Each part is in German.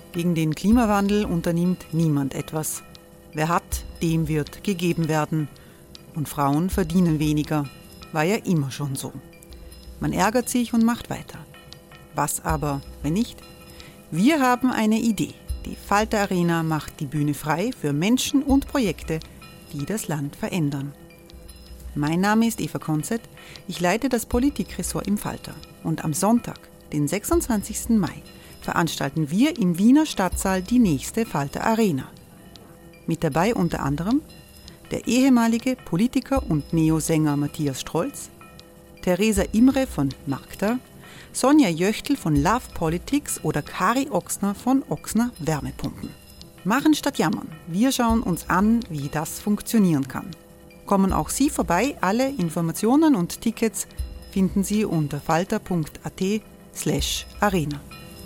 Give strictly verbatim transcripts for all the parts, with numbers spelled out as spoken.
Gegen den Klimawandel unternimmt niemand etwas. Wer hat, dem wird gegeben werden. Und Frauen verdienen weniger. War ja immer schon so. Man ärgert sich und macht weiter. Was aber, wenn nicht? Wir haben eine Idee. Die Falter Arena macht die Bühne frei für Menschen und Projekte, die das Land verändern. Mein Name ist Eva Konzett. Ich leite das Politikressort im Falter. Und am Sonntag, den sechsundzwanzigsten Mai, veranstalten wir im Wiener Stadtsaal die nächste Falter Arena. Mit dabei unter anderem der ehemalige Politiker und Neosänger Matthias Strolz, Theresa Imre von Magda, Sonja Jöchtl von Love Politics oder Kari Ochsner von Ochsner Wärmepumpen. Machen statt jammern. Wir schauen uns an, wie das funktionieren kann. Kommen auch Sie vorbei. Alle Informationen und Tickets finden Sie unter falter punkt at slash arena.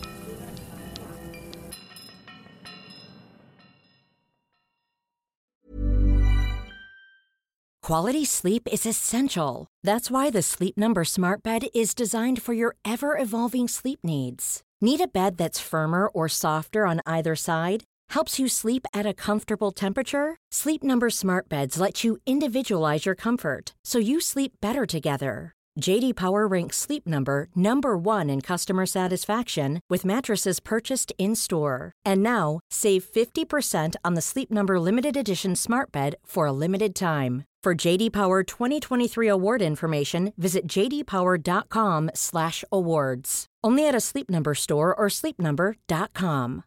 Quality sleep is essential. That's why the Sleep Number Smart Bed is designed for your ever-evolving sleep needs. Need a bed that's firmer or softer on either side? Helps you sleep at a comfortable temperature? Sleep Number Smart Beds let you individualize your comfort, so you sleep better together. J D Power ranks Sleep Number number one in customer satisfaction with mattresses purchased in-store. And now, save fifty percent on the Sleep Number Limited Edition Smart Bed for a limited time. For J D Power twenty twenty-three award information, visit j d power dot com slash awards. Only at a Sleep Number store or sleep number dot com.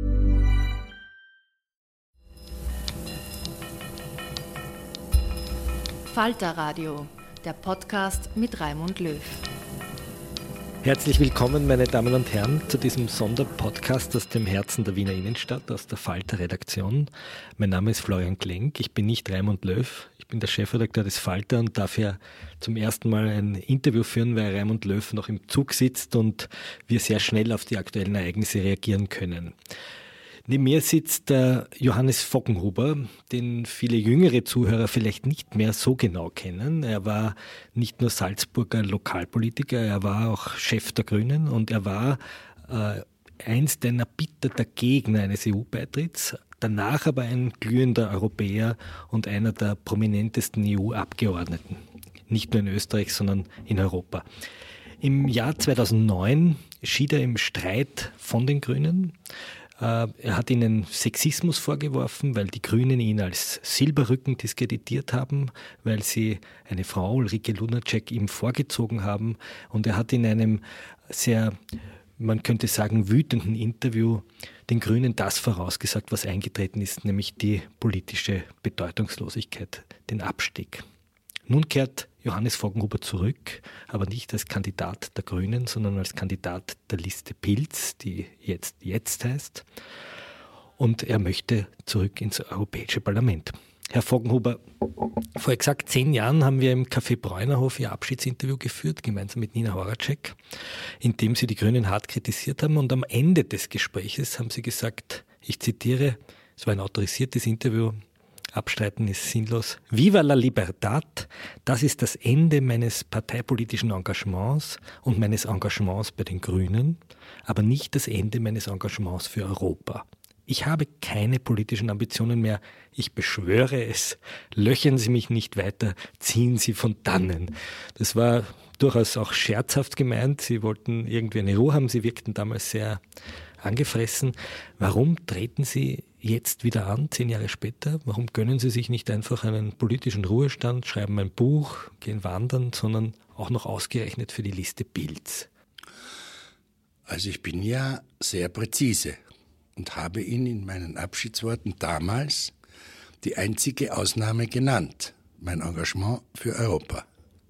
Falter Radio, der Podcast mit Raimund Löw. Herzlich willkommen, meine Damen und Herren, zu diesem Sonderpodcast aus dem Herzen der Wiener Innenstadt, aus der Falter-Redaktion. Mein Name ist Florian Klenk, ich bin nicht Raimund Löw, ich bin der Chefredakteur des Falter und darf ja zum ersten Mal ein Interview führen, weil Raimund Löw noch im Zug sitzt und wir sehr schnell auf die aktuellen Ereignisse reagieren können. Neben mir sitzt der Johannes Voggenhuber, den viele jüngere Zuhörer vielleicht nicht mehr so genau kennen. Er war nicht nur Salzburger Lokalpolitiker, er war auch Chef der Grünen und er war äh, einst ein erbitterter Gegner eines E U-Beitritts, danach aber ein glühender Europäer und einer der prominentesten E U-Abgeordneten. Nicht nur in Österreich, sondern in Europa. Im Jahr zweitausendneun schied er im Streit von den Grünen. Er hat ihnen Sexismus vorgeworfen, weil die Grünen ihn als Silberrücken diskreditiert haben, weil sie eine Frau, Ulrike Lunacek, ihm vorgezogen haben. Und er hat in einem sehr, man könnte sagen, wütenden Interview den Grünen das vorausgesagt, was eingetreten ist, nämlich die politische Bedeutungslosigkeit, den Abstieg. Nun kehrt Johannes Voggenhuber zurück, aber nicht als Kandidat der Grünen, sondern als Kandidat der Liste Pilz, die jetzt jetzt heißt. Und er möchte zurück ins Europäische Parlament. Herr Voggenhuber, vor exakt zehn Jahren haben wir im Café Bräunerhof Ihr Abschiedsinterview geführt, gemeinsam mit Nina Horacek, in dem Sie die Grünen hart kritisiert haben. Und am Ende des Gespräches haben Sie gesagt, ich zitiere, es war ein autorisiertes Interview, Abstreiten ist sinnlos. Viva la Libertad, das ist das Ende meines parteipolitischen Engagements und meines Engagements bei den Grünen, aber nicht das Ende meines Engagements für Europa. Ich habe keine politischen Ambitionen mehr. Ich beschwöre es. Löchern Sie mich nicht weiter, ziehen Sie von dannen. Das war durchaus auch scherzhaft gemeint. Sie wollten irgendwie eine Ruhe haben. Sie wirkten damals sehr angefressen. Warum treten Sie jetzt wieder an, zehn Jahre später? Warum gönnen Sie sich nicht einfach einen politischen Ruhestand, schreiben ein Buch, gehen wandern, sondern auch noch ausgerechnet für die Liste Pilz? Also ich bin ja sehr präzise und habe ihn in meinen Abschiedsworten damals die einzige Ausnahme genannt, mein Engagement für Europa.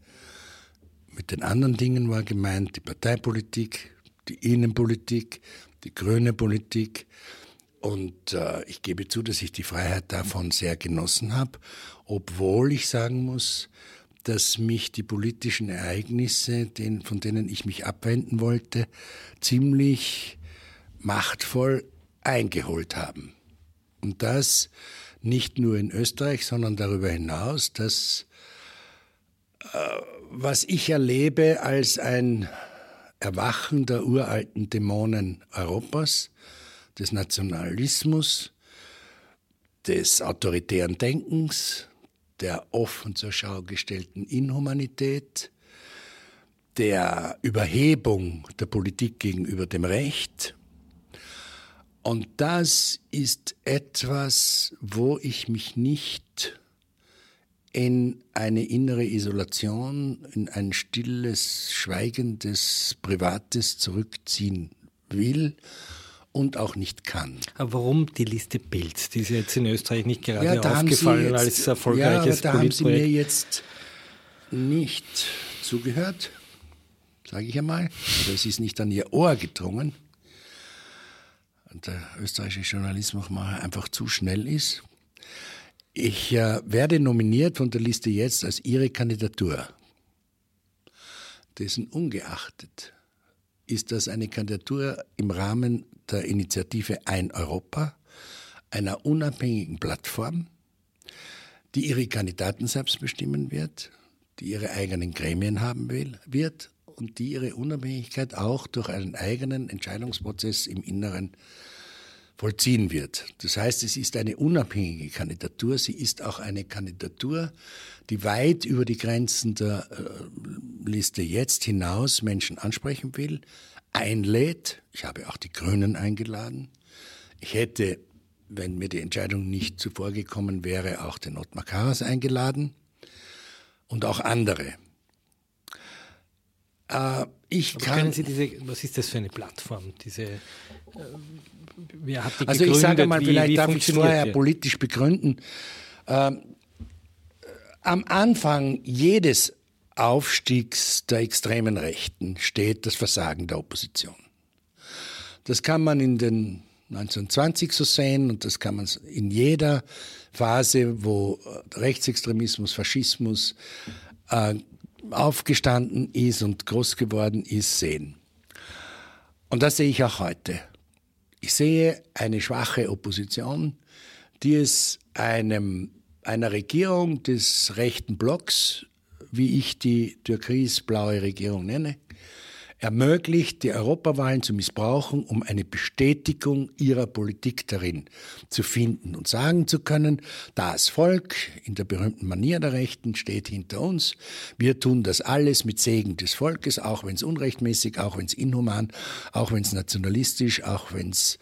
Mit den anderen Dingen war gemeint die Parteipolitik, die Innenpolitik, die grüne Politik. Und äh, ich gebe zu, dass ich die Freiheit davon sehr genossen habe, obwohl ich sagen muss, dass mich die politischen Ereignisse, den, von denen ich mich abwenden wollte, ziemlich machtvoll eingeholt haben. Und das nicht nur in Österreich, sondern darüber hinaus, dass äh, was ich erlebe als ein Erwachen der uralten Dämonen Europas, des Nationalismus, des autoritären Denkens, der offen zur Schau gestellten Inhumanität, der Überhebung der Politik gegenüber dem Recht. Und das ist etwas, wo ich mich nicht in eine innere Isolation, in ein stilles, schweigendes, privates zurückziehen will und auch nicht kann. Aber warum die Liste Pilz? Die ist jetzt in Österreich nicht gerade ja, aufgefallen jetzt, als erfolgreiches ja, da haben Sie mir Politprojekt. jetzt nicht zugehört, sage ich einmal. Oder es ist nicht an Ihr Ohr gedrungen. Und der österreichische Journalismus einfach zu schnell ist. Ich äh, werde nominiert von der Liste jetzt als Ihre Kandidatur. Dessen ungeachtet ist das eine Kandidatur im Rahmen der Initiative Ein Europa, einer unabhängigen Plattform, die ihre Kandidaten selbst bestimmen wird, die ihre eigenen Gremien haben will, wird und die ihre Unabhängigkeit auch durch einen eigenen Entscheidungsprozess im Inneren vollziehen wird. Das heißt, es ist eine unabhängige Kandidatur. Sie ist auch eine Kandidatur, die weit über die Grenzen der äh, Liste jetzt hinaus Menschen ansprechen will, einlädt. Ich habe auch die Grünen eingeladen. Ich hätte, wenn mir die Entscheidung nicht zuvor gekommen wäre, auch den Ottmar Karas eingeladen und auch andere. Äh, ich Aber kann, können Sie diese, was ist das für eine Plattform? Diese, äh, wer hat die also gegründet? ich sage mal, wie, vielleicht wie darf ich es vorher die? politisch begründen. Ähm, am Anfang jedes Aufstiegs der extremen Rechten steht das Versagen der Opposition. Das kann man in den neunzehnhundertzwanzig so sehen und das kann man in jeder Phase, wo Rechtsextremismus, Faschismus äh, aufgestanden ist und groß geworden ist, sehen. Und das sehe ich auch heute. Ich sehe eine schwache Opposition, die es einem, einer Regierung des rechten Blocks, wie ich die türkis-blaue Regierung nenne, ermöglicht, die Europawahlen zu missbrauchen, um eine Bestätigung ihrer Politik darin zu finden und sagen zu können, das Volk in der berühmten Manier der Rechten steht hinter uns. Wir tun das alles mit Segen des Volkes, auch wenn es unrechtmäßig, auch wenn es inhuman, auch wenn es nationalistisch, auch wenn es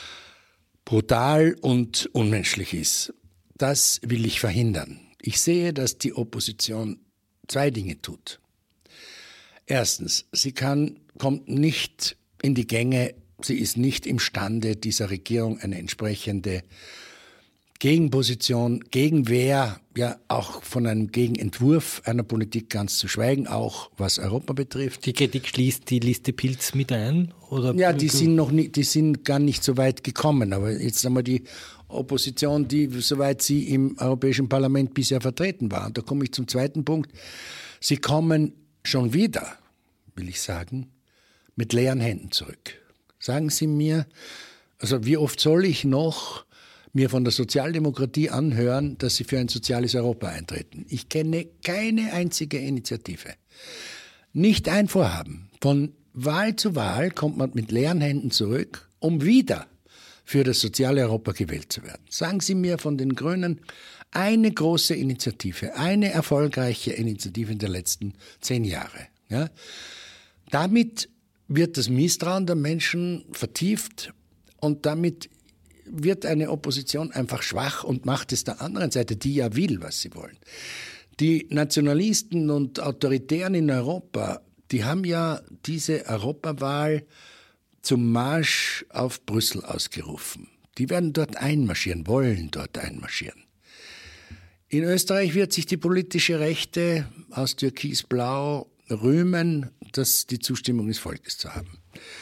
brutal und unmenschlich ist. Das will ich verhindern. Ich sehe, dass die Opposition zwei Dinge tut. Erstens, sie kann, kommt nicht in die Gänge, sie ist nicht imstande, dieser Regierung eine entsprechende Gegenposition, Gegenwehr, ja auch von einem Gegenentwurf einer Politik ganz zu schweigen, auch was Europa betrifft. Die Kritik schließt die Liste Pilz mit ein? Oder? Ja, die sind noch nicht, die sind gar nicht so weit gekommen, aber jetzt einmal die Opposition, die, soweit sie im Europäischen Parlament bisher vertreten war. Und da komme ich zum zweiten Punkt. Sie kommen schon wieder, will ich sagen, mit leeren Händen zurück. Sagen Sie mir, also wie oft soll ich noch mir von der Sozialdemokratie anhören, dass sie für ein soziales Europa eintreten? Ich kenne keine einzige Initiative. Nicht ein Vorhaben. Von Wahl zu Wahl kommt man mit leeren Händen zurück, um wieder für das soziale Europa gewählt zu werden. Sagen Sie mir von den Grünen eine große Initiative, eine erfolgreiche Initiative in den letzten zehn Jahre. Ja? Damit wird das Misstrauen der Menschen vertieft und damit wird eine Opposition einfach schwach und macht es der anderen Seite, die ja will, was sie wollen. Die Nationalisten und Autoritären in Europa, die haben ja diese Europawahl zum Marsch auf Brüssel ausgerufen. Die werden dort einmarschieren, wollen dort einmarschieren. In Österreich wird sich die politische Rechte aus Türkis-Blau rühmen, dass die Zustimmung des Volkes zu haben.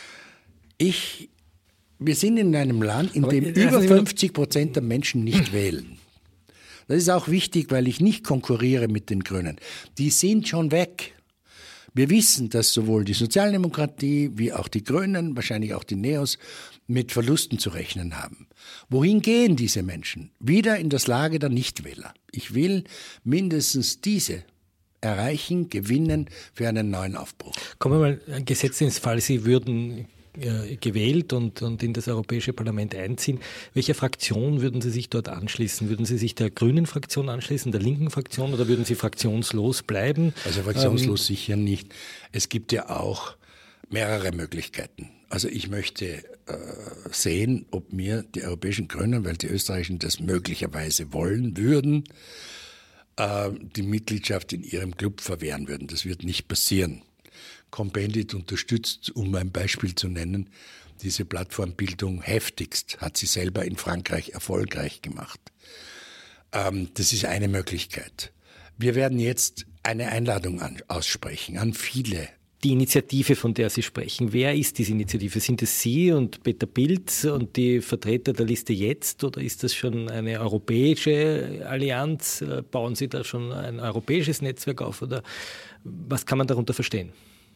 Ich, wir sind in einem Land, in dem über fünfzig Prozent der Menschen nicht wählen. Das ist auch wichtig, weil ich nicht konkurriere mit den Grünen. Die sind schon weg. Wir wissen, dass sowohl die Sozialdemokratie wie auch die Grünen, wahrscheinlich auch die Neos, mit Verlusten zu rechnen haben. Wohin gehen diese Menschen? Wieder in das Lager der Nichtwähler. Ich will mindestens diese erreichen, gewinnen für einen neuen Aufbruch. Kommen wir mal ein Gesetz ins Fall. Sie würden äh, gewählt und, und in das Europäische Parlament einziehen. Welcher Fraktion würden Sie sich dort anschließen? Würden Sie sich der Grünen Fraktion anschließen, der linken Fraktion oder würden Sie fraktionslos bleiben? Also fraktionslos ähm, sicher nicht. Es gibt ja auch mehrere Möglichkeiten. Also ich möchte äh, sehen, ob mir die europäischen Grünen, weil die Österreicher das möglicherweise wollen würden, äh, die Mitgliedschaft in ihrem Club verwehren würden. Das wird nicht passieren. Cohn-Bendit unterstützt, um ein Beispiel zu nennen, diese Plattformbildung heftigst, hat sie selber in Frankreich erfolgreich gemacht. Ähm, das ist eine Möglichkeit. Wir werden jetzt eine Einladung an, aussprechen an viele. Die Initiative, von der Sie sprechen, wer ist diese Initiative? Sind es Sie und Peter Pilz und die Vertreter der Liste Jetzt oder ist das schon eine europäische Allianz? Bauen Sie da schon ein europäisches Netzwerk auf oder was kann man darunter verstehen?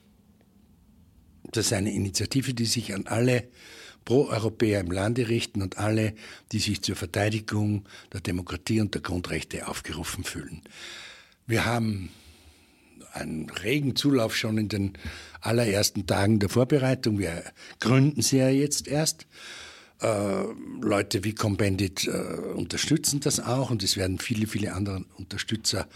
Das ist eine Initiative, die sich an alle Pro-Europäer im Lande richten und alle, die sich zur Verteidigung der Demokratie und der Grundrechte aufgerufen fühlen. Wir haben einen regen Zulauf schon in den allerersten Tagen der Vorbereitung. Wir gründen sie ja jetzt erst. Äh, Leute wie Cohn-Bendit äh, unterstützen das auch und es werden viele, viele andere Unterstützer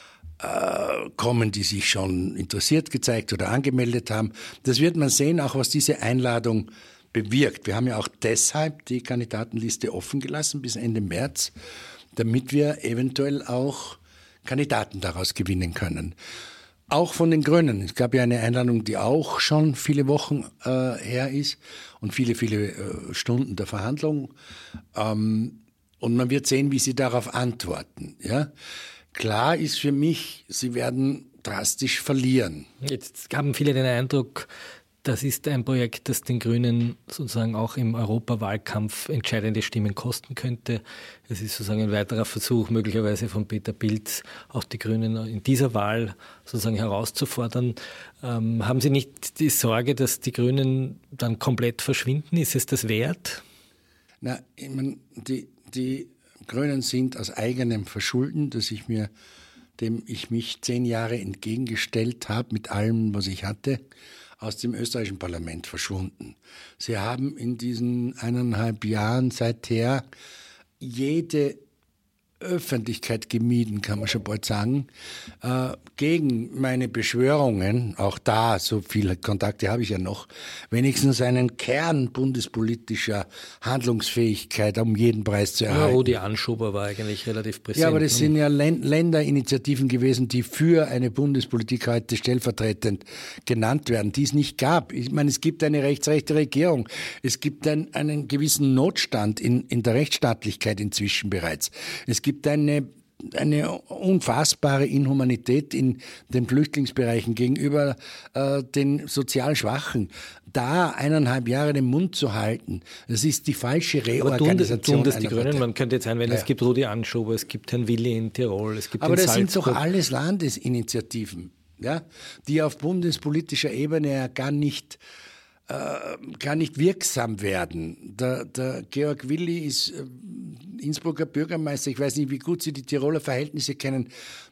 äh, kommen, die sich schon interessiert gezeigt oder angemeldet haben. Das wird man sehen, auch was diese Einladung bewirkt. Wir haben ja auch deshalb die Kandidatenliste offen gelassen bis Ende März, damit wir eventuell auch Kandidaten daraus gewinnen können. Auch von den Grünen. Es gab ja eine Einladung, die auch schon viele Wochen äh, her ist und viele, viele äh, Stunden der Verhandlung. Ähm, und man wird sehen, wie sie darauf antworten. Ja? Klar ist für mich, sie werden drastisch verlieren. Jetzt haben viele den Eindruck, das ist ein Projekt, das den Grünen sozusagen auch im Europawahlkampf entscheidende Stimmen kosten könnte. Es ist sozusagen ein weiterer Versuch, möglicherweise von Peter Pilz auch die Grünen in dieser Wahl sozusagen herauszufordern. Ähm, haben Sie nicht die Sorge, dass die Grünen dann komplett verschwinden? Ist es das wert? Na, ich meine, die, die Grünen sind aus eigenem Verschulden, dass ich mir, dem ich mich zehn Jahre entgegengestellt habe mit allem, was ich hatte, aus dem österreichischen Parlament verschwunden. Sie haben in diesen eineinhalb Jahren seither jede Öffentlichkeit gemieden, kann man schon bald sagen, äh, gegen meine Beschwörungen, auch da, so viele Kontakte habe ich ja noch, wenigstens einen Kern bundespolitischer Handlungsfähigkeit um jeden Preis zu erhalten. Ja, Rudi Anschober war eigentlich relativ präsent. Ja, aber das sind ja Länderinitiativen gewesen, die für eine Bundespolitik heute stellvertretend genannt werden, die es nicht gab. Ich meine, es gibt eine rechtsrechte Regierung, es gibt ein, einen gewissen Notstand in, in der Rechtsstaatlichkeit inzwischen bereits. Es gibt eine, eine unfassbare Inhumanität in den Flüchtlingsbereichen gegenüber äh, den sozial Schwachen. Da eineinhalb Jahre den Mund zu halten, das ist die falsche Reorganisation. Aber tun, tun das die Grünen? Partei. Man könnte jetzt einwenden, ja. Es gibt Rudi Anschober, es gibt Herrn Willi in Tirol, es gibt Aber in das Salzburg. sind doch alles Landesinitiativen, ja, die auf bundespolitischer Ebene ja gar nicht Äh, kann nicht wirksam werden. Der, der Georg Willi ist äh, Innsbrucker Bürgermeister. Ich weiß nicht, wie gut Sie die Tiroler Verhältnisse kennen.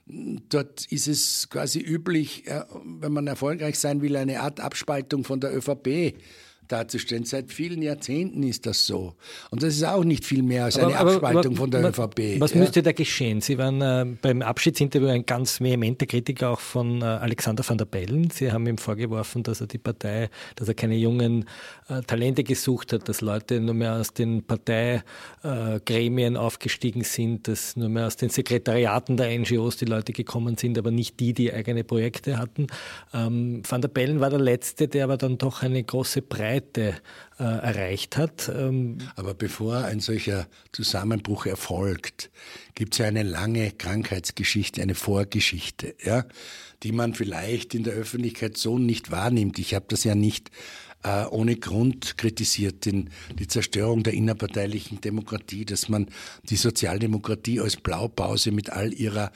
Dort ist es quasi üblich, äh, wenn man erfolgreich sein will, eine Art Abspaltung von der ÖVP darzustellen. Seit vielen Jahrzehnten ist das so. Und das ist auch nicht viel mehr als eine aber, Abspaltung aber, von der was, ÖVP. Was ja? müsste da geschehen? Sie waren äh, beim Abschiedsinterview ein ganz vehementer Kritiker auch von äh, Alexander Van der Bellen. Sie haben ihm vorgeworfen, dass er die Partei, dass er keine jungen äh, Talente gesucht hat, dass Leute nur mehr aus den Parteigremien äh, aufgestiegen sind, dass nur mehr aus den Sekretariaten der N G Os die Leute gekommen sind, aber nicht die, die eigene Projekte hatten. Ähm, Van der Bellen war der Letzte, der aber dann doch eine große Breite Äh, erreicht hat. Ähm Aber bevor ein solcher Zusammenbruch erfolgt, gibt es ja eine lange Krankheitsgeschichte, eine Vorgeschichte, ja, die man vielleicht in der Öffentlichkeit so nicht wahrnimmt. Ich habe das ja nicht äh, ohne Grund kritisiert, den, die Zerstörung der innerparteilichen Demokratie, dass man die Sozialdemokratie als Blaupause mit all ihrer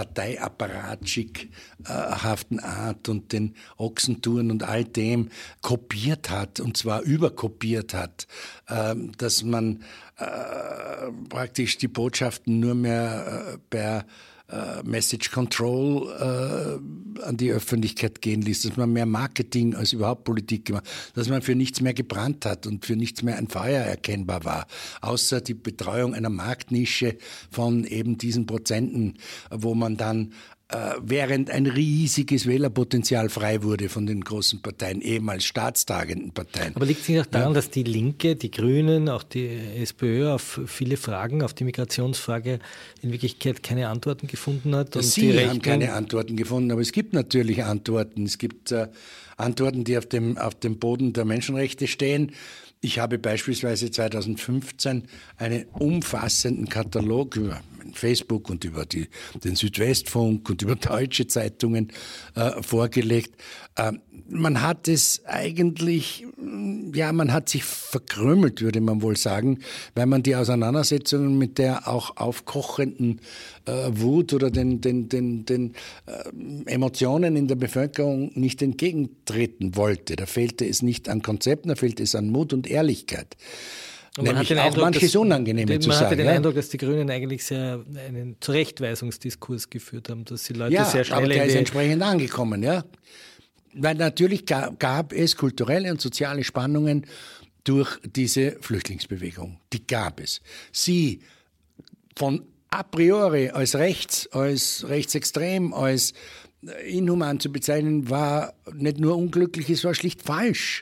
parteiapparatschickhaften Art und den Ochsentouren und all dem kopiert hat, und zwar überkopiert hat, äh, dass man äh, praktisch die Botschaften nur mehr äh, per äh, Message Control äh, an die Öffentlichkeit gehen ließ, dass man mehr Marketing als überhaupt Politik gemacht hat, dass man für nichts mehr gebrannt hat und für nichts mehr ein Feuer erkennbar war, außer die Betreuung einer Marktnische von eben diesen Prozenten, wo man dann während ein riesiges Wählerpotenzial frei wurde von den großen Parteien, ehemals staatstragenden Parteien. Aber liegt es nicht auch daran, ja, dass die Linke, die Grünen, auch die SPÖ auf viele Fragen, auf die Migrationsfrage in Wirklichkeit keine Antworten gefunden hat? Und Sie die haben keine Antworten gefunden, aber es gibt natürlich Antworten. Es gibt äh, Antworten, die auf dem, auf dem Boden der Menschenrechte stehen. Ich habe beispielsweise zweitausendfünfzehn einen umfassenden Katalog über Facebook und über die, den Südwestfunk und über deutsche Zeitungen äh, vorgelegt. Äh, man hat es eigentlich, ja, man hat sich verkrümmelt, würde man wohl sagen, weil man die Auseinandersetzungen mit der auch aufkochenden äh, Wut oder den, den, den, den äh, Emotionen in der Bevölkerung nicht entgegentreten wollte. Da fehlte es nicht an Konzepten, da fehlte es an Mut und Ehrlichkeit. Und man Nämlich hat den auch Eindruck, manches dass, Unangenehme man zu hatte sagen. Man hatte den ja? Eindruck, dass die Grünen eigentlich sehr einen Zurechtweisungsdiskurs geführt haben, dass die Leute ja, sehr schnell aber der in die ist entsprechend angekommen, ja. Weil natürlich gab, gab es kulturelle und soziale Spannungen durch diese Flüchtlingsbewegung. Die gab es. Sie von a priori als rechts, als rechtsextrem, als inhuman zu bezeichnen, war nicht nur unglücklich, es war schlicht falsch.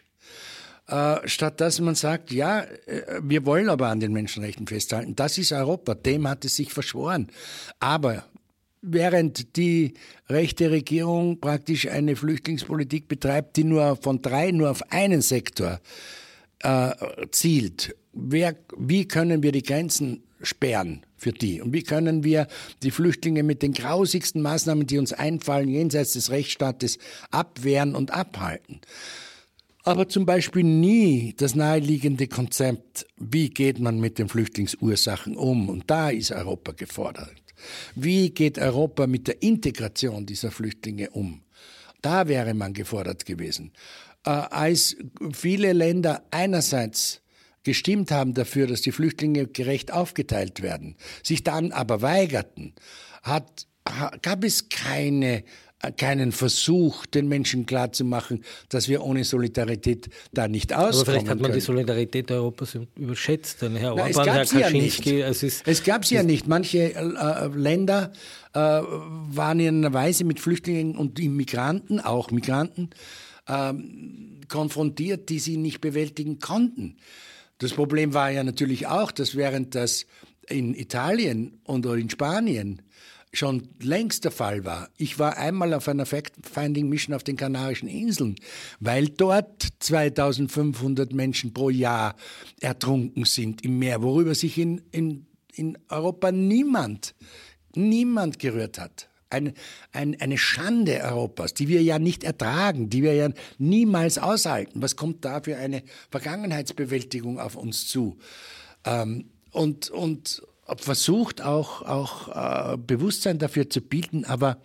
Äh, statt dass man sagt, ja, äh, wir wollen aber an den Menschenrechten festhalten. Das ist Europa, dem hat es sich verschworen. Aber während die rechte Regierung praktisch eine Flüchtlingspolitik betreibt, die nur von drei nur auf einen Sektor äh, zielt, wer, wie können wir die Grenzen sperren für die? Und wie können wir die Flüchtlinge mit den grausigsten Maßnahmen, die uns einfallen, jenseits des Rechtsstaates abwehren und abhalten? Aber zum Beispiel nie das naheliegende Konzept, wie geht man mit den Flüchtlingsursachen um? Und da ist Europa gefordert. Wie geht Europa mit der Integration dieser Flüchtlinge um? Da wäre man gefordert gewesen. Äh, als viele Länder einerseits gestimmt haben dafür, dass die Flüchtlinge gerecht aufgeteilt werden, sich dann aber weigerten, hat, gab es keine keinen Versuch, den Menschen klarzumachen, dass wir ohne Solidarität da nicht auskommen können. Aber vielleicht hat man können. die Solidarität Europas überschätzt. Denn Herr Na, Orban, Herr Kaczynski... Ja es, es gab es ja nicht. Manche äh, Länder äh, waren in einer Weise mit Flüchtlingen und Immigranten, auch Migranten, äh, konfrontiert, die sie nicht bewältigen konnten. Das Problem war ja natürlich auch, dass während das in Italien und in Spanien schon längst der Fall war. Ich war einmal auf einer Fact-Finding-Mission auf den Kanarischen Inseln, weil dort zweitausendfünfhundert Menschen pro Jahr ertrunken sind im Meer, worüber sich in, in, in Europa niemand, niemand gerührt hat. Ein, ein, eine Schande Europas, die wir ja nicht ertragen, die wir ja niemals aushalten. Was kommt da für eine Vergangenheitsbewältigung auf uns zu? Ähm, und, und versucht auch, auch äh, Bewusstsein dafür zu bieten, aber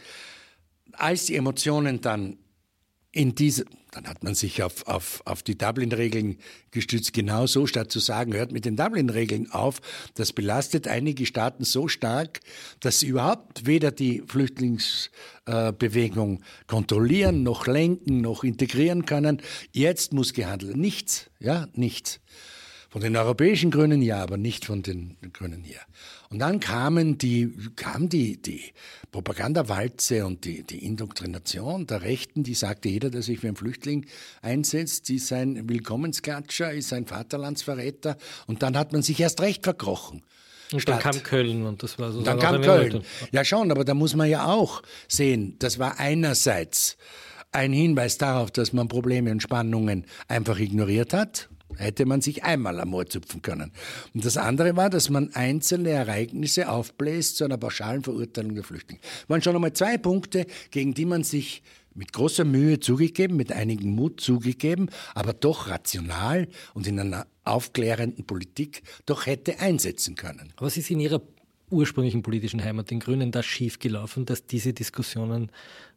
als die Emotionen dann in diese, dann hat man sich auf, auf, auf die Dublin-Regeln gestützt, genauso, statt zu sagen, hört mit den Dublin-Regeln auf, das belastet einige Staaten so stark, dass sie überhaupt weder die Flüchtlingsbewegung äh, kontrollieren, noch lenken, noch integrieren können. Jetzt muss gehandelt werden. Nichts, ja, nichts. Von den europäischen Grünen ja, aber nicht von den Grünen hier. Und dann kamen die, kam die, die Propagandawalze und die, die Indoktrination der Rechten, die sagte, jeder, der sich für einen Flüchtling einsetzt, ist ein Willkommensklatscher, ist ein Vaterlandsverräter. Und dann hat man sich erst recht verkrochen. Und Statt. dann kam Köln und das war so. Dann kam Köln. Leute. Ja schon, aber da muss man ja auch sehen, das war einerseits ein Hinweis darauf, dass man Probleme und Spannungen einfach ignoriert hat. Hätte man sich einmal am Ohr zupfen können. Und das andere war, dass man einzelne Ereignisse aufbläst zu einer pauschalen Verurteilung der Flüchtlinge. Das waren schon einmal zwei Punkte, gegen die man sich mit großer Mühe zugegeben, mit einigem Mut zugegeben, aber doch rational und in einer aufklärenden Politik doch hätte einsetzen können. Aber Sie sind in Ihrer ursprünglichen politischen Heimat, den Grünen, da schiefgelaufen, dass diese Diskussionen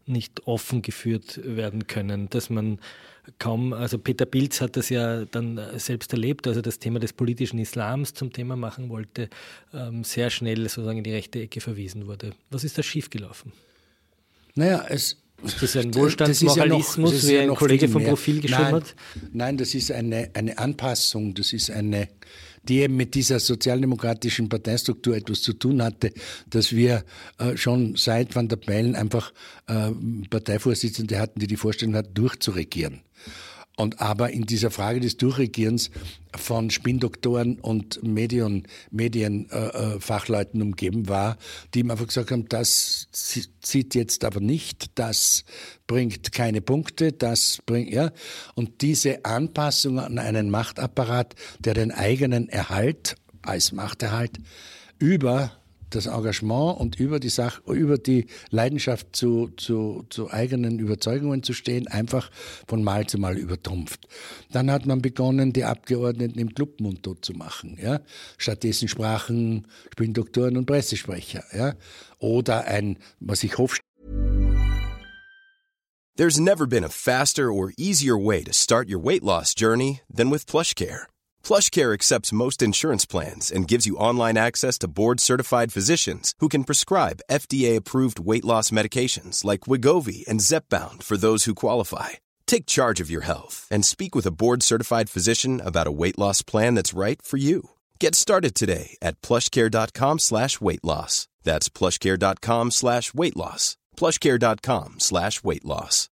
nicht offen geführt werden können, dass man kaum, also Peter Pilz hat das ja dann selbst erlebt, also das Thema des politischen Islams zum Thema machen wollte, ähm, sehr schnell sozusagen in die rechte Ecke verwiesen wurde. Was ist da schiefgelaufen? Naja, es ist das ein Wohlstandsmoralismus, ja wie ein ja Kollege vom Profil geschrieben nein, hat? Nein, das ist eine, eine Anpassung, das ist eine, die eben mit dieser sozialdemokratischen Parteistruktur etwas zu tun hatte, dass wir äh, schon seit Van der Bellen einfach äh, Parteivorsitzende hatten, die die Vorstellung hatten, durchzuregieren. Und aber in dieser Frage des Durchregierens von Spinndoktoren und Medien, Medienfachleuten äh, umgeben war, die ihm einfach gesagt haben, das zieht jetzt aber nicht, das bringt keine Punkte, das bringt, ja. Und diese Anpassung an einen Machtapparat, der den eigenen Erhalt als Machterhalt über das Engagement und über die Sache, über die Leidenschaft zu, zu, zu eigenen Überzeugungen zu stehen, einfach von Mal zu Mal übertrumpft. Dann hat man begonnen, die Abgeordneten im Club mundtot zu machen. Ja? Stattdessen sprachen Spinndoktoren und Pressesprecher. Ja? Oder ein, was ich hoffe. There's never been a faster or easier way to start your weight loss journey than with PlushCare. PlushCare accepts most insurance plans and gives you online access to board-certified physicians who can prescribe F D A-approved weight loss medications like Wegovy and Zepbound for those who qualify. Take charge of your health and speak with a board-certified physician about a weight loss plan that's right for you. Get started today at plushcare.com slash weight loss. That's plushcare.com slash weight loss. plushcare.com slash weight loss.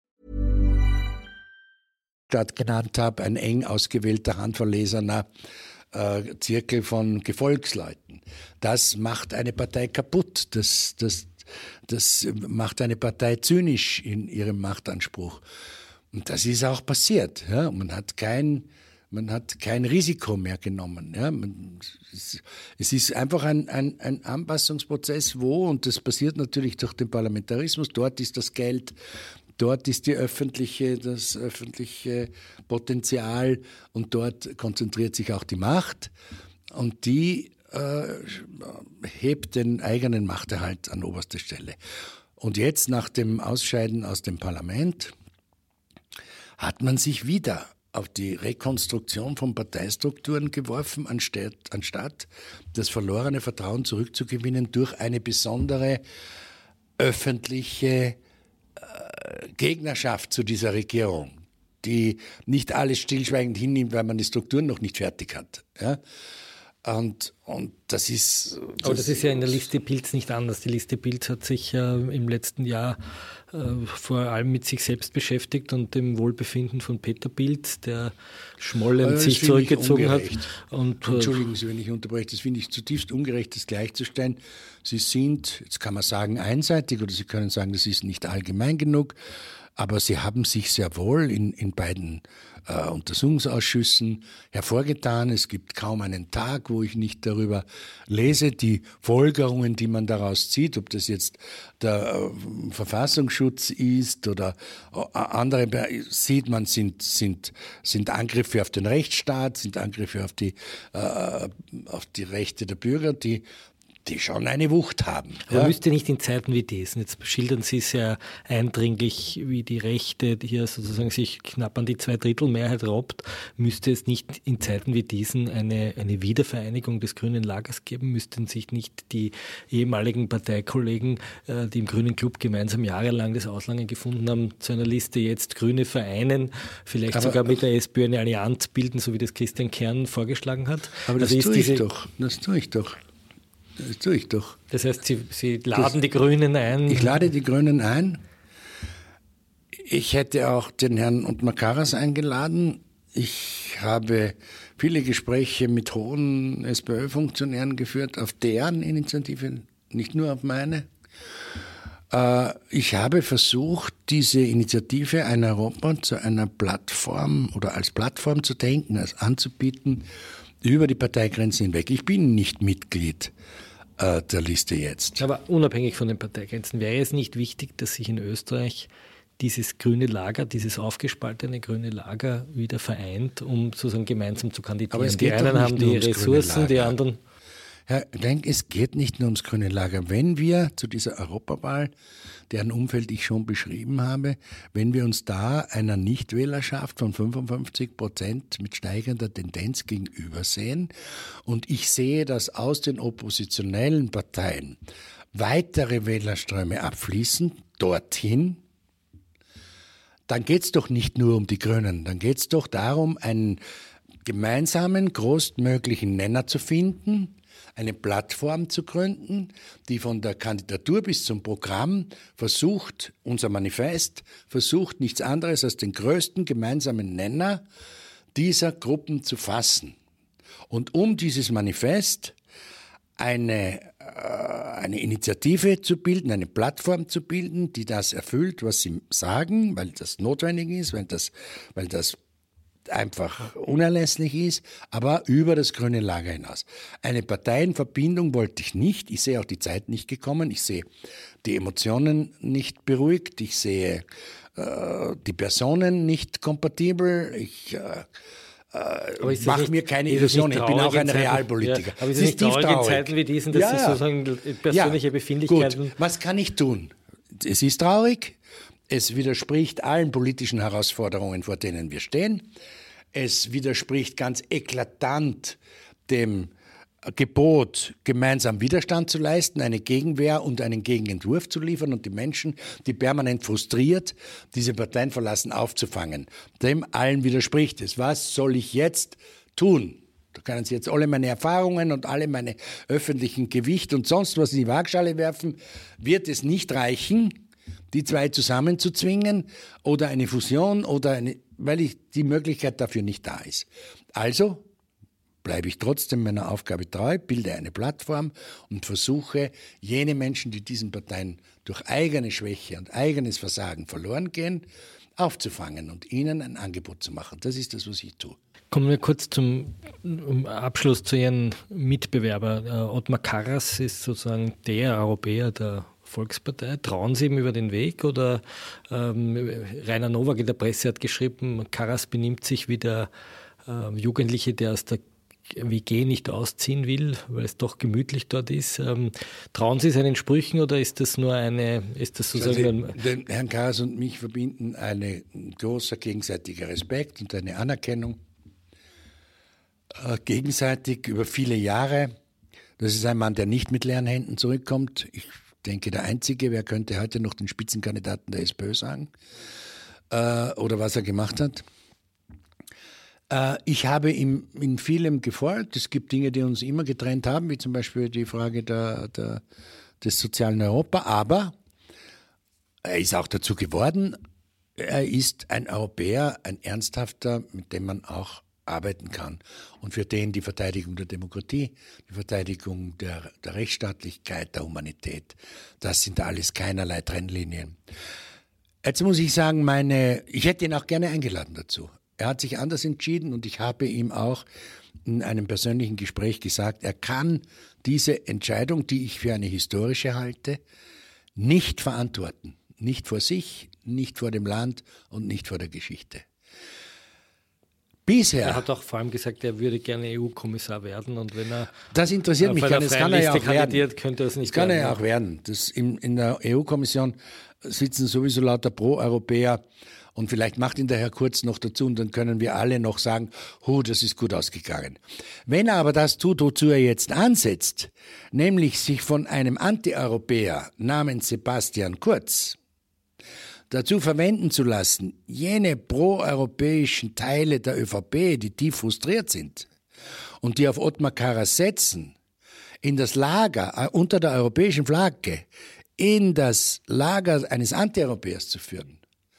genannt habe, ein eng ausgewählter, handverlesener äh, Zirkel von Gefolgsleuten. Das macht eine Partei kaputt. Das, das, das macht eine Partei zynisch in ihrem Machtanspruch. Und das ist auch passiert. Ja? Man hat kein, man hat kein Risiko mehr genommen. Ja? Man, es, es ist einfach ein, ein, ein Anpassungsprozess, wo, und das passiert natürlich durch den Parlamentarismus, dort ist das Geld, dort ist die öffentliche, das öffentliche Potenzial und dort konzentriert sich auch die Macht und die äh, hebt den eigenen Machterhalt an oberster Stelle. Und jetzt nach dem Ausscheiden aus dem Parlament hat man sich wieder auf die Rekonstruktion von Parteistrukturen geworfen, anstatt, anstatt das verlorene Vertrauen zurückzugewinnen durch eine besondere öffentliche Gegnerschaft zu dieser Regierung, die nicht alles stillschweigend hinnimmt, weil man die Strukturen noch nicht fertig hat. Ja? Und, und das ist... Das Aber das ist ja in der Liste Pilz nicht anders. Die Liste Pilz hat sich äh, im letzten Jahr äh, vor allem mit sich selbst beschäftigt und dem Wohlbefinden von Peter Pilz, der schmollend also sich zurückgezogen hat. Und, äh, Entschuldigen Sie, wenn ich unterbreche, das finde ich zutiefst ungerecht, das gleichzustellen. Sie sind, jetzt kann man sagen, einseitig oder Sie können sagen, das ist nicht allgemein genug, aber Sie haben sich sehr wohl in, in beiden äh, Untersuchungsausschüssen hervorgetan. Es gibt kaum einen Tag, wo ich nicht darüber lese, die Folgerungen, die man daraus zieht, ob das jetzt der äh, Verfassungsschutz ist oder äh, andere, sieht man, sind, sind, sind Angriffe auf den Rechtsstaat, sind Angriffe auf die, äh, auf die Rechte der Bürger, die die schon eine Wucht haben. Aber ja? Müsste nicht in Zeiten wie diesen, jetzt schildern Sie sehr eindringlich, wie die Rechte hier sozusagen sich knapp an die Zweidrittelmehrheit robbt, müsste es nicht in Zeiten wie diesen eine, eine Wiedervereinigung des grünen Lagers geben? Müssten sich nicht die ehemaligen Parteikollegen, die im Grünen Club gemeinsam jahrelang das Auslangen gefunden haben, zu einer Liste jetzt Grüne vereinen, vielleicht aber, sogar mit der SPÖ eine Allianz bilden, so wie das Christian Kern vorgeschlagen hat? Aber das also tue ich doch, das tue ich doch. Das tue ich doch. Das heißt, Sie, Sie laden das, die Grünen ein? Ich lade die Grünen ein. Ich hätte auch den Herrn Ottmar Karas eingeladen. Ich habe viele Gespräche mit hohen SPÖ-Funktionären geführt, auf deren Initiative, nicht nur auf meine. Ich habe versucht, diese Initiative Ein Europa zu einer Plattform oder als Plattform zu denken, als anzubieten, über die Parteigrenzen hinweg. Ich bin nicht Mitglied äh, der Liste jetzt. Aber unabhängig von den Parteigrenzen, wäre es nicht wichtig, dass sich in Österreich dieses grüne Lager, dieses aufgespaltene grüne Lager wieder vereint, um sozusagen gemeinsam zu kandidieren? Die einen haben die Ressourcen, die anderen... Herr Klenk, es geht nicht nur ums grüne Lager. Wenn wir zu dieser Europawahl, deren Umfeld ich schon beschrieben habe, wenn wir uns da einer Nichtwählerschaft von fünfundfünfzig Prozent mit steigender Tendenz gegenüber sehen und ich sehe, dass aus den oppositionellen Parteien weitere Wählerströme abfließen, dorthin, dann geht es doch nicht nur um die Grünen, dann geht es doch darum, einen gemeinsamen, größtmöglichen Nenner zu finden, eine Plattform zu gründen, die von der Kandidatur bis zum Programm versucht, unser Manifest versucht, nichts anderes als den größten gemeinsamen Nenner dieser Gruppen zu fassen. Und um dieses Manifest eine, äh, eine Initiative zu bilden, eine Plattform zu bilden, die das erfüllt, was sie sagen, weil das notwendig ist, weil das, weil das einfach unerlässlich ist, aber über das grüne Lager hinaus. Eine Parteienverbindung wollte ich nicht. Ich sehe auch die Zeit nicht gekommen. Ich sehe die Emotionen nicht beruhigt. Ich sehe äh, die Personen nicht kompatibel. Ich äh, äh, mache mir keine Illusionen. Ich bin auch ein Zeiten, Realpolitiker. Ja, aber es ist nicht traurig in Zeiten wie diesen, dass ja, Sie sozusagen persönliche ja, Befindlichkeiten... Gut. Was kann ich tun? Es ist traurig. Es widerspricht allen politischen Herausforderungen, vor denen wir stehen. Es widerspricht ganz eklatant dem Gebot, gemeinsam Widerstand zu leisten, eine Gegenwehr und einen Gegenentwurf zu liefern und die Menschen, die permanent frustriert diese Parteien verlassen, aufzufangen. Dem allen widerspricht es. Was soll ich jetzt tun? Da können Sie jetzt alle meine Erfahrungen und alle meine öffentlichen Gewicht und sonst was in die Waagschale werfen. Wird es nicht reichen, die zwei zusammenzuzwingen oder eine Fusion oder eine, weil ich, die Möglichkeit dafür nicht da ist. Also bleibe ich trotzdem meiner Aufgabe treu, bilde eine Plattform und versuche, jene Menschen, die diesen Parteien durch eigene Schwäche und eigenes Versagen verloren gehen, aufzufangen und ihnen ein Angebot zu machen. Das ist das, was ich tue. Kommen wir kurz zum Abschluss zu Ihrem Mitbewerber. Ottmar Karas ist sozusagen der Europäer der Volkspartei. Trauen Sie ihm über den Weg? Oder ähm, Rainer Nowak in der Presse hat geschrieben, Karas benimmt sich wie der äh, Jugendliche, der aus der W G nicht ausziehen will, weil es doch gemütlich dort ist. Ähm, trauen Sie seinen Sprüchen oder ist das nur eine, ist das sozusagen... Also, den Herrn Karas und mich verbinden ein großer gegenseitiger Respekt und eine Anerkennung äh, gegenseitig über viele Jahre. Das ist ein Mann, der nicht mit leeren Händen zurückkommt. Ich denke, der Einzige, wer könnte heute noch den Spitzenkandidaten der SPÖ sagen äh, oder was er gemacht hat. Äh, ich habe ihm in vielem gefolgt. Es gibt Dinge, die uns immer getrennt haben, wie zum Beispiel die Frage der, der, des sozialen Europa. Aber er ist auch dazu geworden. Er ist ein Europäer, ein Ernsthafter, mit dem man auch arbeiten kann und für den die Verteidigung der Demokratie, die Verteidigung der, der Rechtsstaatlichkeit, der Humanität, das sind alles keinerlei Trennlinien. Jetzt muss ich sagen, meine, ich hätte ihn auch gerne eingeladen dazu. Er hat sich anders entschieden und ich habe ihm auch in einem persönlichen Gespräch gesagt, er kann diese Entscheidung, die ich für eine historische halte, nicht verantworten. Nicht vor sich, nicht vor dem Land und nicht vor der Geschichte. Bisher. Er hat auch vor allem gesagt, er würde gerne E U-Kommissar werden und wenn er das interessiert mich gar nicht, das kann er ja auch werden. Könnte es nicht das kann werden. er ja auch werden. Das in, in der E U-Kommission sitzen sowieso lauter Pro-Europäer und vielleicht macht ihn der Herr Kurz noch dazu und dann können wir alle noch sagen, hu, das ist gut ausgegangen. Wenn er aber das tut, wozu er jetzt ansetzt, nämlich sich von einem Anti-Europäer namens Sebastian Kurz dazu verwenden zu lassen, jene proeuropäischen Teile der ÖVP, die tief frustriert sind und die auf Ottmar Karas setzen, in das Lager äh, unter der europäischen Flagge, in das Lager eines Antieuropäers zu führen,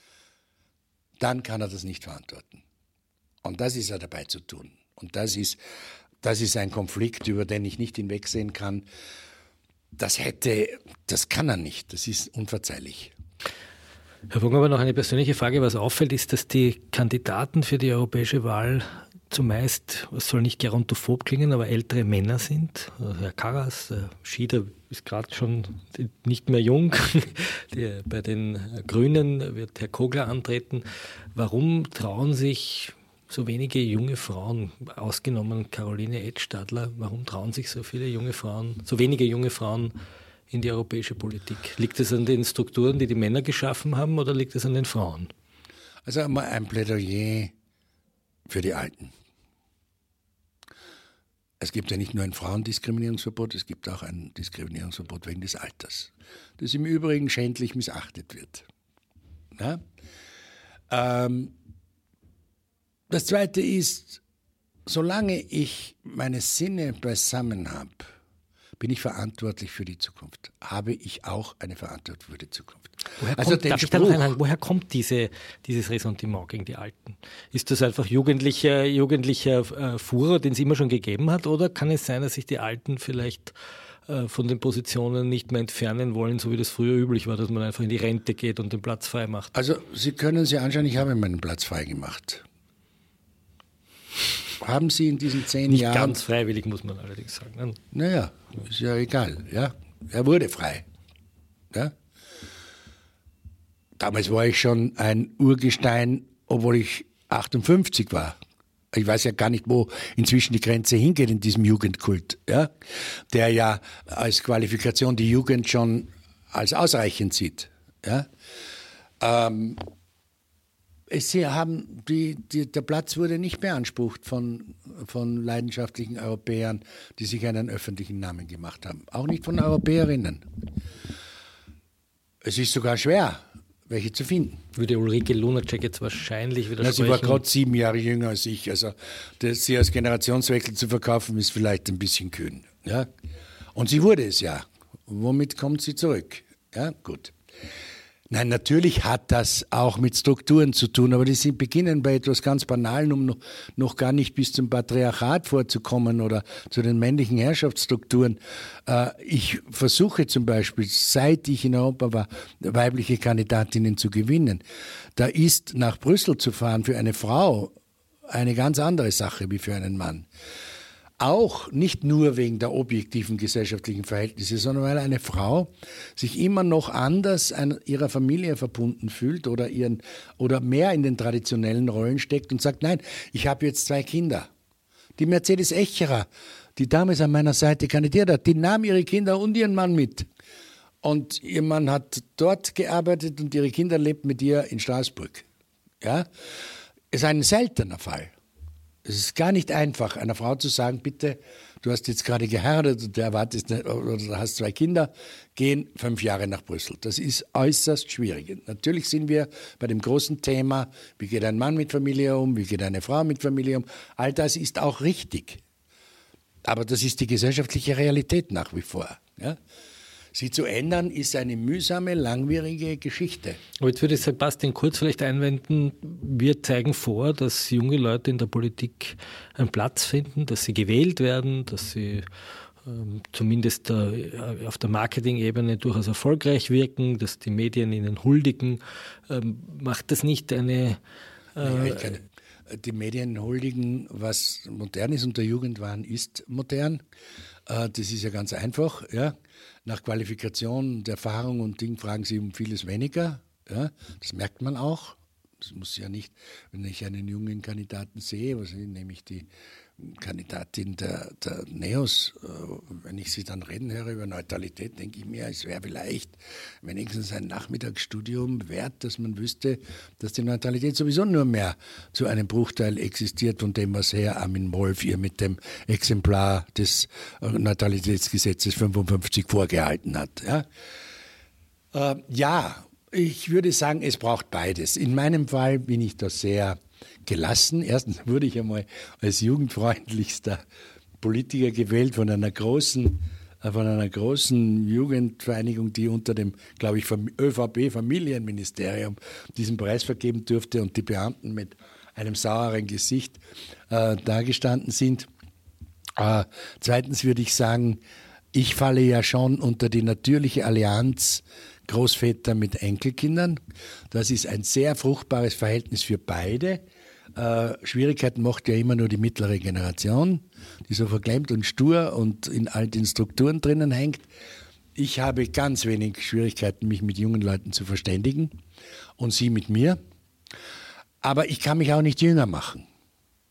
dann kann er das nicht verantworten. Und das ist er dabei zu tun. Und das ist, das ist ein Konflikt, über den ich nicht hinwegsehen kann. Das hätte, das kann er nicht. Das ist unverzeihlich. Herr Wong, aber noch eine persönliche Frage. Was auffällt, ist, dass die Kandidaten für die europäische Wahl zumeist, es soll nicht gerontophob klingen, aber ältere Männer sind. Herr Karas, der Schieder ist gerade schon nicht mehr jung. Die, bei den Grünen wird Herr Kogler antreten. Warum trauen sich so wenige junge Frauen, ausgenommen Caroline Edstadler, warum trauen sich so viele junge Frauen, so wenige junge Frauen in die europäische Politik? Liegt es an den Strukturen, die die Männer geschaffen haben, oder liegt es an den Frauen? Also einmal ein Plädoyer für die Alten. Es gibt ja nicht nur ein Frauendiskriminierungsverbot, es gibt auch ein Diskriminierungsverbot wegen des Alters, das im Übrigen schändlich missachtet wird. Ja? Ähm, das Zweite ist, solange ich meine Sinne beisammen habe, bin ich verantwortlich für die Zukunft. Habe ich auch eine Verantwortung für die Zukunft. Woher also kommt, darf ich da noch einhaken, woher kommt diese, dieses Ressentiment gegen die Alten? Ist das einfach jugendlicher, jugendlicher äh, Furor, den es immer schon gegeben hat, oder kann es sein, dass sich die Alten vielleicht äh, von den Positionen nicht mehr entfernen wollen, so wie das früher üblich war, dass man einfach in die Rente geht und den Platz frei macht? Also Sie können sich anschauen, ich habe meinen Platz frei gemacht. Haben Sie in diesen zehn Nicht Jahren... Nicht ganz freiwillig, muss man allerdings sagen. Ne? Naja, ist ja egal. Ja? Er wurde frei. Ja? Damals war ich schon ein Urgestein, obwohl ich achtundfünfzig war. Ich weiß ja gar nicht, wo inzwischen die Grenze hingeht in diesem Jugendkult, ja? Der ja als Qualifikation die Jugend schon als ausreichend sieht. Ja? Ähm, Sie haben die, die, der Platz wurde nicht beansprucht von, von leidenschaftlichen Europäern, die sich einen öffentlichen Namen gemacht haben. Auch nicht von Europäerinnen. Es ist sogar schwer, welche zu finden. Würde Ulrike Lunacek jetzt wahrscheinlich widersprechen? Na, sie war gerade sieben Jahre jünger als ich. Also das, sie als Generationswechsel zu verkaufen, ist vielleicht ein bisschen kühn. Ja? Und sie wurde es ja. Womit kommt sie zurück? Ja, gut. Nein, natürlich hat das auch mit Strukturen zu tun, aber die sind, beginnen bei etwas ganz Banalen, um noch, noch gar nicht bis zum Patriarchat vorzukommen oder zu den männlichen Herrschaftsstrukturen. Äh, ich versuche zum Beispiel, seit ich in Europa war, weibliche Kandidatinnen zu gewinnen. Da ist nach Brüssel zu fahren für eine Frau eine ganz andere Sache wie für einen Mann. Auch nicht nur wegen der objektiven gesellschaftlichen Verhältnisse, sondern weil eine Frau sich immer noch anders einer, ihrer Familie verbunden fühlt oder, ihren, oder mehr in den traditionellen Rollen steckt und sagt, nein, ich habe jetzt zwei Kinder. Die Mercedes Echerer, die damals an meiner Seite kandidiert hat, die nahm ihre Kinder und ihren Mann mit. Und ihr Mann hat dort gearbeitet und ihre Kinder lebt mit ihr in Straßburg. Ja? Ist ein seltener Fall. Es ist gar nicht einfach, einer Frau zu sagen, bitte, du hast jetzt gerade geheiratet und du erwartest oder du hast zwei Kinder, gehen fünf Jahre nach Brüssel. Das ist äußerst schwierig. Natürlich sind wir bei dem großen Thema, wie geht ein Mann mit Familie um, wie geht eine Frau mit Familie um. All das ist auch richtig. Aber das ist die gesellschaftliche Realität nach wie vor. Ja? Sie zu ändern, ist eine mühsame, langwierige Geschichte. Aber jetzt würde ich Sebastian Kurz vielleicht einwenden, wir zeigen vor, dass junge Leute in der Politik einen Platz finden, dass sie gewählt werden, dass sie ähm, zumindest äh, auf der Marketing-Ebene durchaus erfolgreich wirken, dass die Medien ihnen huldigen. Ähm, macht das nicht eine... Äh, ja, kann, die Medien huldigen, was modern ist und der Jugendwahn ist modern. Äh, das ist ja ganz einfach, ja. Nach Qualifikation und Erfahrung und Ding fragen sie um vieles weniger. Ja, das merkt man auch. Das muss ja nicht, wenn ich einen jungen Kandidaten sehe, was nehme ich die Kandidatin der, der Neos, wenn ich sie dann reden höre über Neutralität, denke ich mir, es wäre vielleicht wenigstens ein Nachmittagsstudium wert, dass man wüsste, dass die Neutralität sowieso nur mehr zu einem Bruchteil existiert von dem, was Herr Armin Wolf ihr mit dem Exemplar des Neutralitätsgesetzes fünfundfünfzig vorgehalten hat. Ja, äh, ja. Ich würde sagen, es braucht beides. In meinem Fall bin ich da sehr gelassen. Erstens wurde ich einmal als jugendfreundlichster Politiker gewählt von einer großen, von einer großen Jugendvereinigung, die unter dem, glaube ich, ÖVP-Familienministerium diesen Preis vergeben durfte und die Beamten mit einem sauren Gesicht äh, dagestanden sind. Äh, zweitens würde ich sagen, ich falle ja schon unter die natürliche Allianz Großväter mit Enkelkindern. Das ist ein sehr fruchtbares Verhältnis für beide. Äh, Schwierigkeiten macht ja immer nur die mittlere Generation, die so verklemmt und stur und in all den Strukturen drinnen hängt. Ich habe ganz wenig Schwierigkeiten, mich mit jungen Leuten zu verständigen und sie mit mir. Aber ich kann mich auch nicht jünger machen.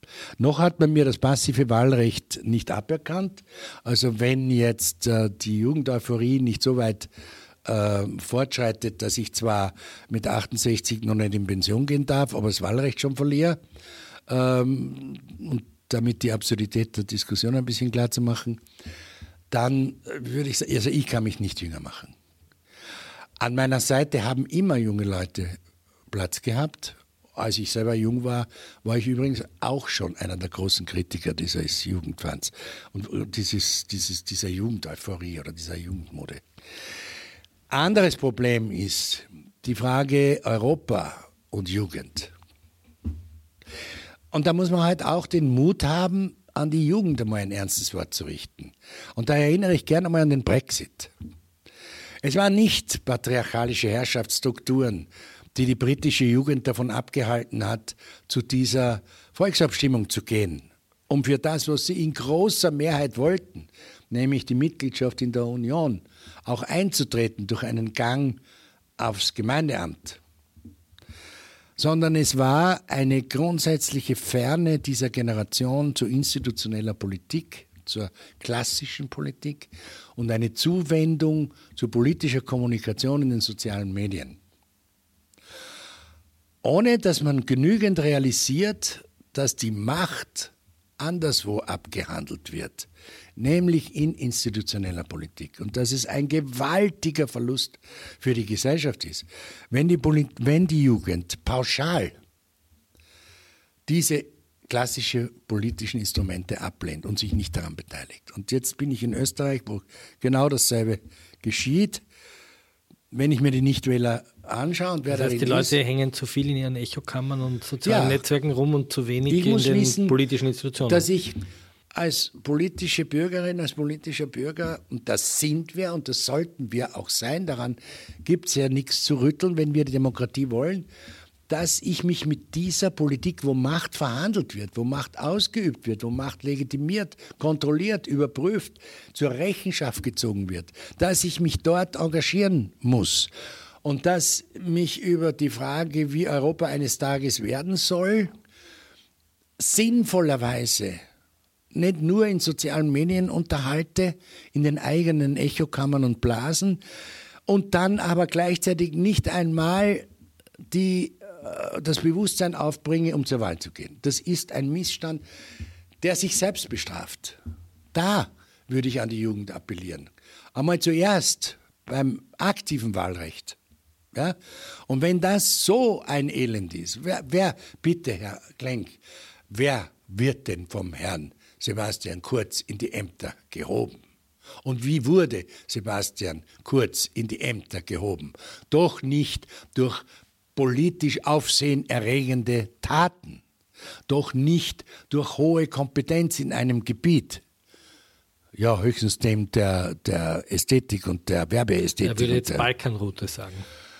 Noch hat man mir das passive Wahlrecht nicht aberkannt. Also wenn jetzt äh, die Jugendeuphorie nicht so weit äh, fortschreitet, dass ich zwar mit achtundsechzig noch nicht in Pension gehen darf, aber das Wahlrecht schon verliere, ähm, und damit die Absurdität der Diskussion ein bisschen klar zu machen, dann würde ich sagen, also ich kann mich nicht jünger machen. An meiner Seite haben immer junge Leute Platz gehabt. Als ich selber jung war, war ich übrigens auch schon einer der großen Kritiker dieses Jugendwahns und dieses, dieses, dieser Jugendeuphorie oder dieser Jugendmode. Anderes Problem ist die Frage Europa und Jugend. Und da muss man halt auch den Mut haben, an die Jugend einmal ein ernstes Wort zu richten. Und da erinnere ich gerne einmal an den Brexit. Es waren nicht patriarchalische Herrschaftsstrukturen, die die britische Jugend davon abgehalten hat, zu dieser Volksabstimmung zu gehen, um für das, was sie in großer Mehrheit wollten, nämlich die Mitgliedschaft in der Union, auch einzutreten durch einen Gang aufs Gemeindeamt. Sondern es war eine grundsätzliche Ferne dieser Generation zu institutioneller Politik, zur klassischen Politik und eine Zuwendung zu politischer Kommunikation in den sozialen Medien. Ohne dass man genügend realisiert, dass die Macht anderswo abgehandelt wird, nämlich in institutioneller Politik. Und dass es ein gewaltiger Verlust für die Gesellschaft ist, wenn die, Polit- wenn die Jugend pauschal diese klassische politischen Instrumente ablehnt und sich nicht daran beteiligt. Und jetzt bin ich in Österreich, wo genau dasselbe geschieht. Wenn ich mir die Nichtwähler anschaue und wer das heißt, darin die Leute ist, hängen zu viel in ihren Echokammern und sozialen Ja. Netzwerken rum und zu wenig Ich in muss den wissen, politischen Institutionen. dass ich als politische Bürgerin, als politischer Bürger, und das sind wir und das sollten wir auch sein, daran gibt es ja nichts zu rütteln, wenn wir die Demokratie wollen, dass ich mich mit dieser Politik, wo Macht verhandelt wird, wo Macht ausgeübt wird, wo Macht legitimiert, kontrolliert, überprüft, zur Rechenschaft gezogen wird, dass ich mich dort engagieren muss. Und dass mich über die Frage, wie Europa eines Tages werden soll, sinnvollerweise nicht nur in sozialen Medien unterhalte, in den eigenen Echokammern und Blasen und dann aber gleichzeitig nicht einmal die, äh, das Bewusstsein aufbringe, um zur Wahl zu gehen. Das ist ein Missstand, der sich selbst bestraft. Da würde ich an die Jugend appellieren. Einmal zuerst beim aktiven Wahlrecht. Ja? Und wenn das so ein Elend ist, wer, wer bitte, Herr Klenk, wer wird denn vom Herrn Sebastian Kurz in die Ämter gehoben? Und wie wurde Sebastian Kurz in die Ämter gehoben? Doch nicht durch politisch aufsehenerregende Taten, doch nicht durch hohe Kompetenz in einem Gebiet. Ja, höchstens dem der, der Ästhetik und der Werbeästhetik. Er würde jetzt der, Balkanroute sagen.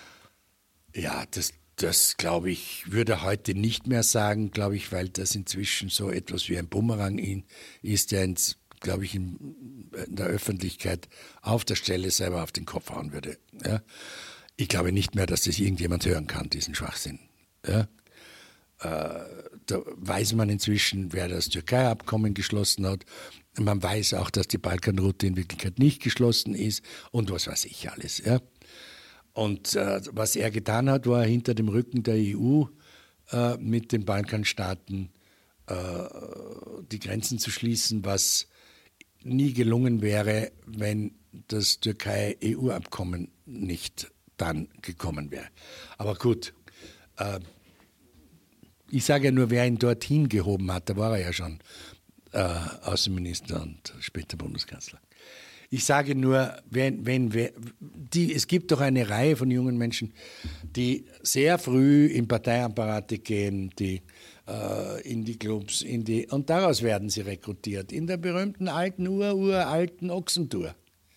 Ja, das, das glaube ich, würde er heute nicht mehr sagen, glaube ich, weil das inzwischen so etwas wie ein Bumerang in, ist, der ins, glaube ich, in, in der Öffentlichkeit auf der Stelle selber auf den Kopf hauen würde. Ja? Ich glaube nicht mehr, dass das irgendjemand hören kann, diesen Schwachsinn. Ja? Äh, da weiß man inzwischen, wer das Türkei-Abkommen geschlossen hat. Man weiß auch, dass die Balkanroute in Wirklichkeit nicht geschlossen ist und was weiß ich alles. Ja? Und äh, was er getan hat, war hinter dem Rücken der E U äh, mit den Balkanstaaten äh, die Grenzen zu schließen, was nie gelungen wäre, wenn das Türkei-E U-Abkommen nicht dann gekommen wäre. Aber gut, äh, ich sage ja nur, wer ihn dorthin gehoben hat, da war er ja schon äh, Außenminister und später Bundeskanzler. Ich sage nur, wenn, wenn, wenn die, es gibt doch eine Reihe von jungen Menschen, die sehr früh in Parteiapparate gehen, die äh, in die Clubs, in die, und daraus werden sie rekrutiert, in der berühmten alten, ururalten Ochsentour.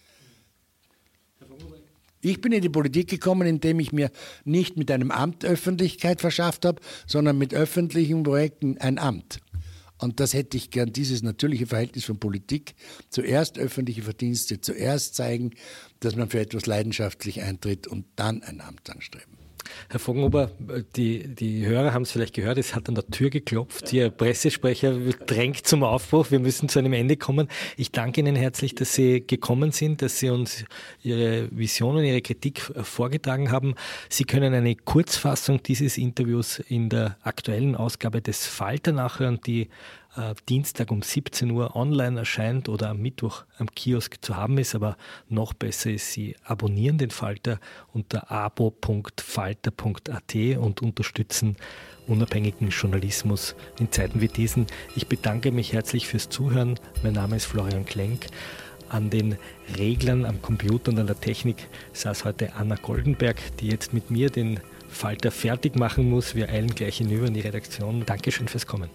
Ich bin in die Politik gekommen, indem ich mir nicht mit einem Amt Öffentlichkeit verschafft habe, sondern mit öffentlichen Projekten ein Amt. Und das hätte ich gern, dieses natürliche Verhältnis von Politik, zuerst öffentliche Verdienste, zuerst zeigen, dass man für etwas leidenschaftlich eintritt und dann ein Amt anstreben. Herr Voggenhuber, die, die Hörer haben es vielleicht gehört, es hat an der Tür geklopft. Ihr Pressesprecher drängt zum Aufbruch. Wir müssen zu einem Ende kommen. Ich danke Ihnen herzlich, dass Sie gekommen sind, dass Sie uns Ihre Visionen, Ihre Kritik vorgetragen haben. Sie können eine Kurzfassung dieses Interviews in der aktuellen Ausgabe des Falter nachhören, die äh, Dienstag um siebzehn Uhr online erscheint oder am Mittwoch am Kiosk zu haben ist. Aber noch besser ist, Sie abonnieren den Falter unter abo punkt falter punkt a t und unterstützen unabhängigen Journalismus in Zeiten wie diesen. Ich bedanke mich herzlich fürs Zuhören. Mein Name ist Florian Klenk. An den Reglern, am Computer und an der Technik saß heute Anna Goldenberg, die jetzt mit mir den Falter fertig machen muss. Wir eilen gleich hinüber in die Redaktion. Dankeschön fürs Kommen.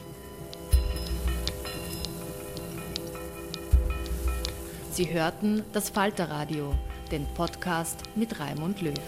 Sie hörten das Falterradio, den Podcast mit Raimund Löw.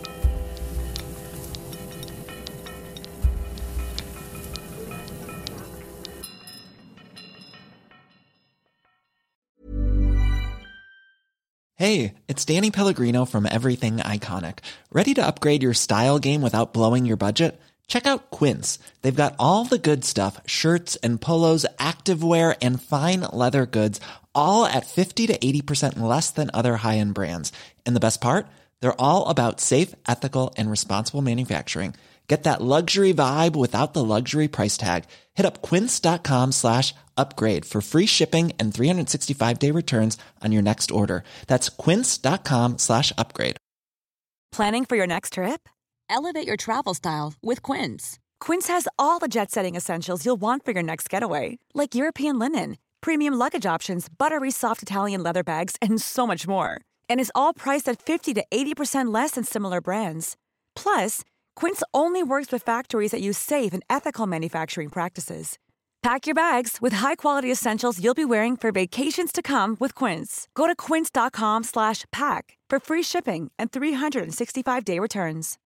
Hey, it's Danny Pellegrino from Everything Iconic. Ready to upgrade your style game without blowing your budget? Check out Quince. They've got all the good stuff, shirts and polos, activewear, and fine leather goods, all at fifty to eighty percent less than other high-end brands. And the best part? They're all about safe, ethical, and responsible manufacturing. Get that luxury vibe without the luxury price tag. Hit up quince.com slash upgrade for free shipping and three sixty-five day returns on your next order. That's quince.com slash upgrade. Planning for your next trip? Elevate your travel style with Quince. Quince has all the jet-setting essentials you'll want for your next getaway, like European linen, premium luggage options, buttery soft Italian leather bags, and so much more. And is all priced at fifty to eighty percent less than similar brands. Plus, Quince only works with factories that use safe and ethical manufacturing practices. Pack your bags with high-quality essentials you'll be wearing for vacations to come with Quince. Go to quince.com slash pack for free shipping and three sixty-five day returns.